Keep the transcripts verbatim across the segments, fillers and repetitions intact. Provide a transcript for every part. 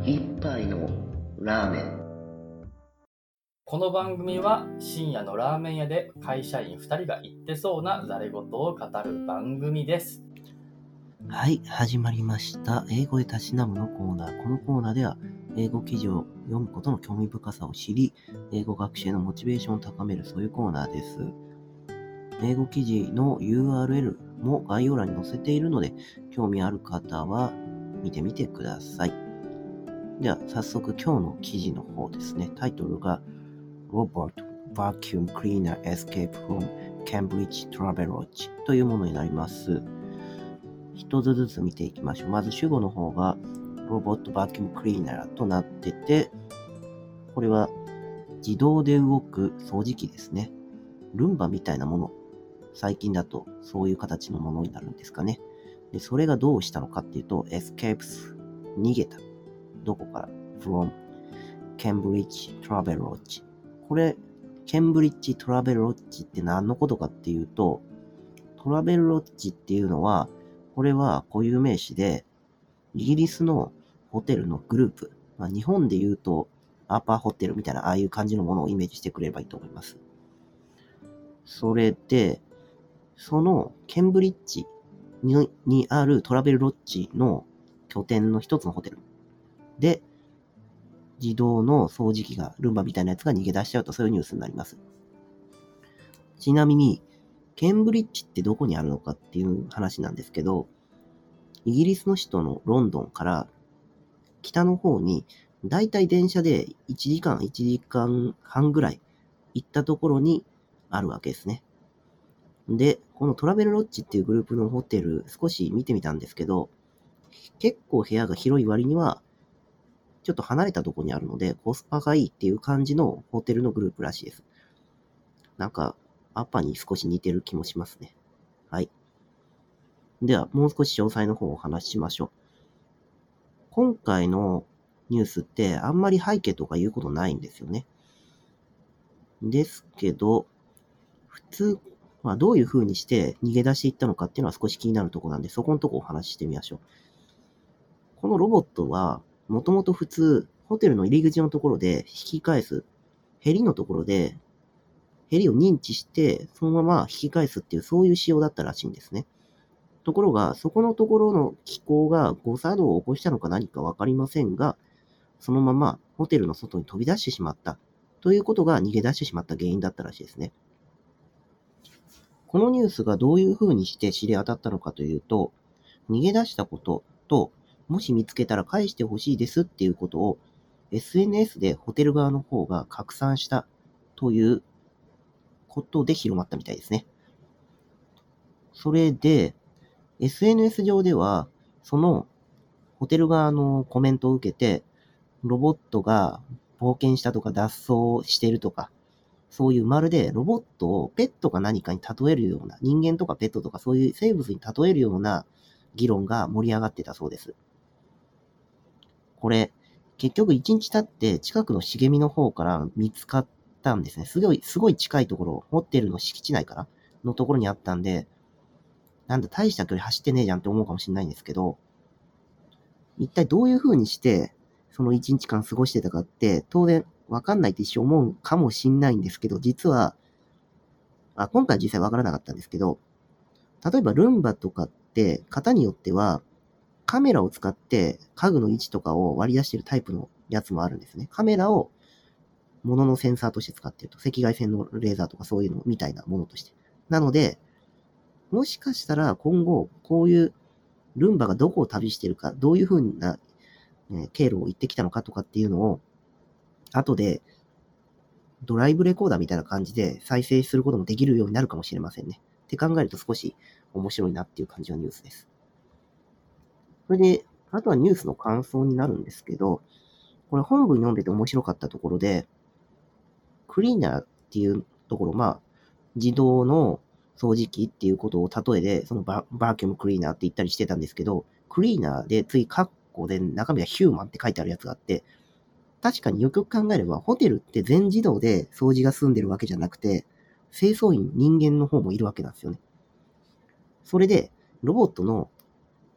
一杯のラーメン。 この番組は深夜のラーメン屋で会社員ふたりが言ってそうなざれ言を語る番組です。 はい、始まりました。英語でたしなむのコーナー。このコーナーでは英語記事を読むことの興味深さを知り、英語学習のモチベーションを高める、そういうコーナーです。英語記事の ユーアールエル も概要欄に載せているので、興味ある方は見てみてください。では、早速今日の記事の方ですね。タイトルが Robot Vacuum Cleaner Escape from Cambridge Travelodge というものになります。一つずつ見ていきましょう。まず主語の方がロボットバキュームクリーナーとなってて、これは自動で動く掃除機ですね。ルンバみたいなもの。最近だとそういう形のものになるんですかね。で、それがどうしたのかっていうと、escapes 逃げた。どこから from Cambridge Travelodge。これ、ケンブリッジトラベルロッジって何のことかっていうと、トラベルロッジっていうのは、これは固有名詞で、イギリスのホテルのグループ、まあ、日本で言うとアーパーホテルみたいなああいう感じのものをイメージしてくれればいいと思います。それで、そのケンブリッジ に, にあるトラベルロッジの拠点の一つのホテルで、自動の掃除機が、ルンバみたいなやつが逃げ出しちゃうと、そういうニュースになります。ちなみに、ケンブリッジってどこにあるのかっていう話なんですけど、イギリスの首都のロンドンから北の方にだいたい電車でいちじかん、いちじかんはんぐらい行ったところにあるわけですね。で、このトラベルロッジっていうグループのホテル少し見てみたんですけど、結構部屋が広い割にはちょっと離れたところにあるのでコスパがいいっていう感じのホテルのグループらしいです。なんかアッパに少し似てる気もしますね。はい。では、もう少し詳細の方をお話ししましょう。今回のニュースってあんまり背景とか言うことないんですよね。ですけど、普通、まあ、どういう風にして逃げ出していったのかっていうのは少し気になるところなんで、そこのところお話ししてみましょう。このロボットは、もともと普通、ホテルの入り口のところで引き返す、ヘリのところで、ヘリを認知して、そのまま引き返すっていう、そういう仕様だったらしいんですね。ところが、そこのところの機構が誤作動を起こしたのか何かわかりませんが、そのままホテルの外に飛び出してしまったということが逃げ出してしまった原因だったらしいですね。このニュースがどういう風にして知り当たったのかというと、逃げ出したことと、もし見つけたら返してほしいですっていうことを エスエヌエス でホテル側の方が拡散したということで広まったみたいですね。それで、エスエヌエス 上では、そのホテル側のコメントを受けて、ロボットが冒険したとか脱走しているとか、そういうまるでロボットをペットか何かに例えるような、人間とかペットとかそういう生物に例えるような議論が盛り上がってたそうです。これ、結局いちにち経って近くの茂みの方から見つかったんですね。すごい、すごい近いところ、ホテルの敷地内からのところにあったんで、なんだ大した距離走ってねえじゃんって思うかもしれないんですけど、一体どういう風にしてその一日間過ごしてたかって当然わかんないって一瞬思うかもしんないんですけど、実はあ今回実際わからなかったんですけど、例えばルンバとかって型によってはカメラを使って家具の位置とかを割り出してるタイプのやつもあるんですね。カメラを物のセンサーとして使ってると、赤外線のレーザーとかそういうのみたいなものとして。なので、もしかしたら今後こういうルンバがどこを旅してるか、どういう風な経路を行ってきたのかとかっていうのを、後でドライブレコーダーみたいな感じで再生することもできるようになるかもしれませんね。って考えると少し面白いなっていう感じのニュースです。それで、あとはニュースの感想になるんですけど、これ本文読んでて面白かったところで、クリーナーっていうところ、まあ、自動の掃除機っていうことを例えで、そのババーキュームクリーナーって言ったりしてたんですけど、クリーナーで次カッコで中身はヒューマンって書いてあるやつがあって、確かによくよく考えれば、ホテルって全自動で掃除が済んでるわけじゃなくて、清掃員人間の方もいるわけなんですよね。それで、ロボットの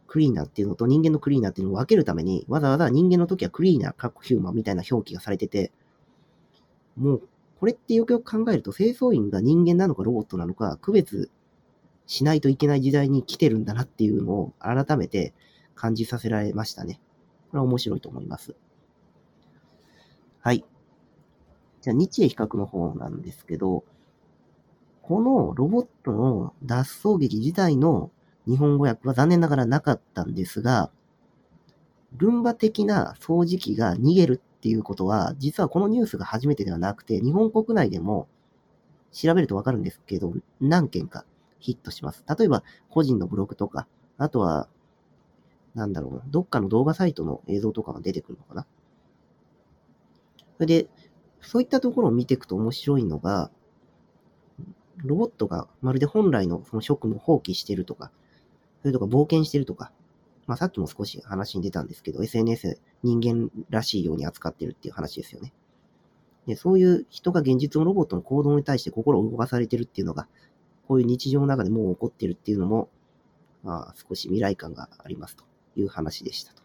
クリーナーっていうのと人間のクリーナーっていうのを分けるために、わざわざ人間の時はクリーナー、かっこヒューマンみたいな表記がされてて、もう、これってよくよく考えると、清掃員が人間なのかロボットなのか、区別しないといけない時代に来てるんだなっていうのを改めて感じさせられましたね。これは面白いと思います。はい。じゃあ、日英比較の方なんですけど、このロボットの脱走劇自体の日本語訳は残念ながらなかったんですが、ルンバ的な掃除機が逃げるっていうことは、実はこのニュースが初めてではなくて、日本国内でも調べるとわかるんですけど、何件かヒットします。例えば、個人のブログとか、あとは、なんだろうな、どっかの動画サイトの映像とかが出てくるのかな。それで、そういったところを見ていくと面白いのが、ロボットがまるで本来のその職務を放棄してるとか、それとか冒険してるとか、まあさっきも少し話に出たんですけど、エスエヌエス で人間らしいように扱ってるっていう話ですよね。で、そういう人が現実のロボットの行動に対して心を動かされてるっていうのが、こういう日常の中でもう起こってるっていうのも、まあ少し未来感がありますという話でしたと。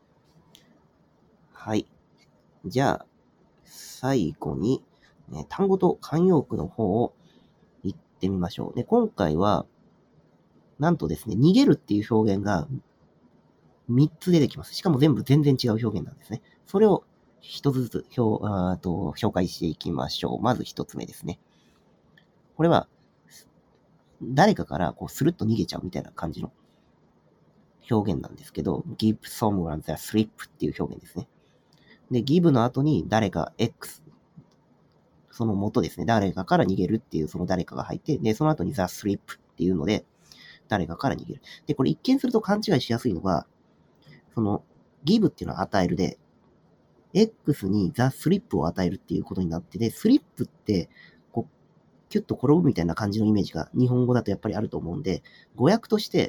はい。じゃあ、最後に、ね、単語と慣用句の方を言ってみましょう。で、今回は、なんとですね、逃げるっていう表現がみっつ出てきます。しかも全部全然違う表現なんですね。それを一つずつ表あと紹介していきましょう。まず一つ目ですね。これは、誰かからこうスルッと逃げちゃうみたいな感じの表現なんですけど、give someone the slip っていう表現ですね。で、give の後に誰か X、その元ですね。誰かから逃げるっていうその誰かが入って、で、その後に the slip っていうので、誰かから逃げる。で、これ一見すると勘違いしやすいのが、その give っていうのは与えるで、X に the slip を与えるっていうことになってて、スリップって、こう、キュッと転ぶみたいな感じのイメージが日本語だとやっぱりあると思うんで、語訳として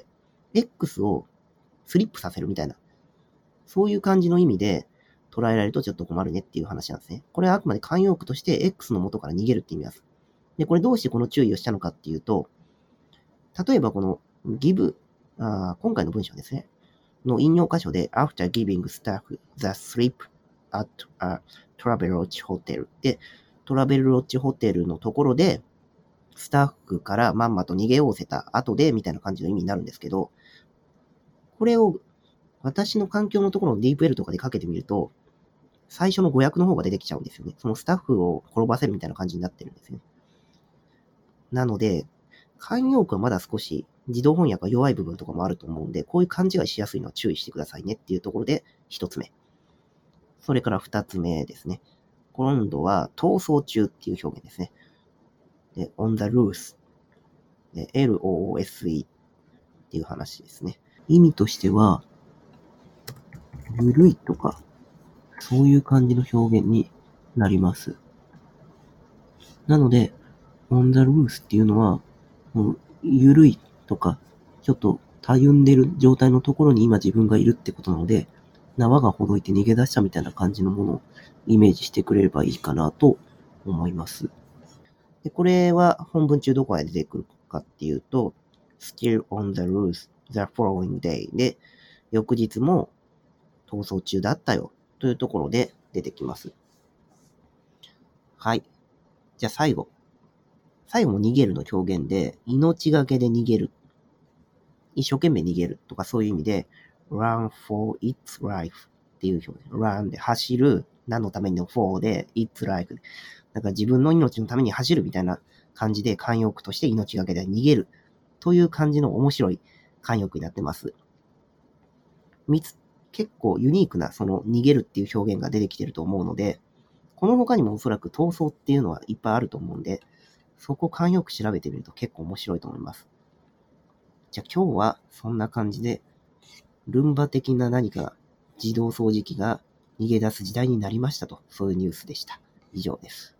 、X をスリップさせるみたいな、そういう感じの意味で捉えられるとちょっと困るねっていう話なんですね。これはあくまで慣用句として X の元から逃げるって意味です。で、これどうしてこの注意をしたのかっていうと、例えばこの give、あ今回の文章ですね。の引用箇所で after giving staff the slip at a travel lodge hotel で、トラベルロッジホテルのところで、スタッフからまんまと逃げおおせた後で、みたいな感じの意味になるんですけど、これを私の環境のところの ディープエル とかでかけてみると、最初の語訳の方が出てきちゃうんですよね。そのスタッフを転ばせるみたいな感じになってるんですね。なので、慣用句はまだ少し自動翻訳が弱い部分とかもあると思うんで、こういう勘違いしやすいのは注意してくださいねっていうところで一つ目。それから二つ目ですね。今度は逃走中っていう表現ですね。で、on the loose。で、エルオーエスイー っていう話ですね。意味としては、ゆるいとか、そういう感じの表現になります。なので、on the loose っていうのは、もうゆるいとか、ちょっとたゆんでる状態のところに今自分がいるってことなので、縄がほどいて逃げ出したみたいな感じのものをイメージしてくれればいいかなと思います。で、これは本文中どこへ出てくるかっていうと、still on the loose the following day で、翌日も逃走中だったよというところで出てきます。はい。じゃあ最後。最後も逃げるの表現で、命がけで逃げる。一生懸命逃げるとかそういう意味で、run for its life っていう表現。run で走る、何のためにの for で its life。だから自分の命のために走るみたいな感じで慣用句として命がけで逃げるという感じの面白い慣用句になってます。みつ、結構ユニークなその逃げるっていう表現が出てきてると思うので、この他にもおそらく逃走っていうのはいっぱいあると思うんで、そこを慣用句調べてみると結構面白いと思います。じゃあ今日はそんな感じで、ルンバ的な何か自動掃除機が逃げ出す時代になりましたと、そういうニュースでした。以上です。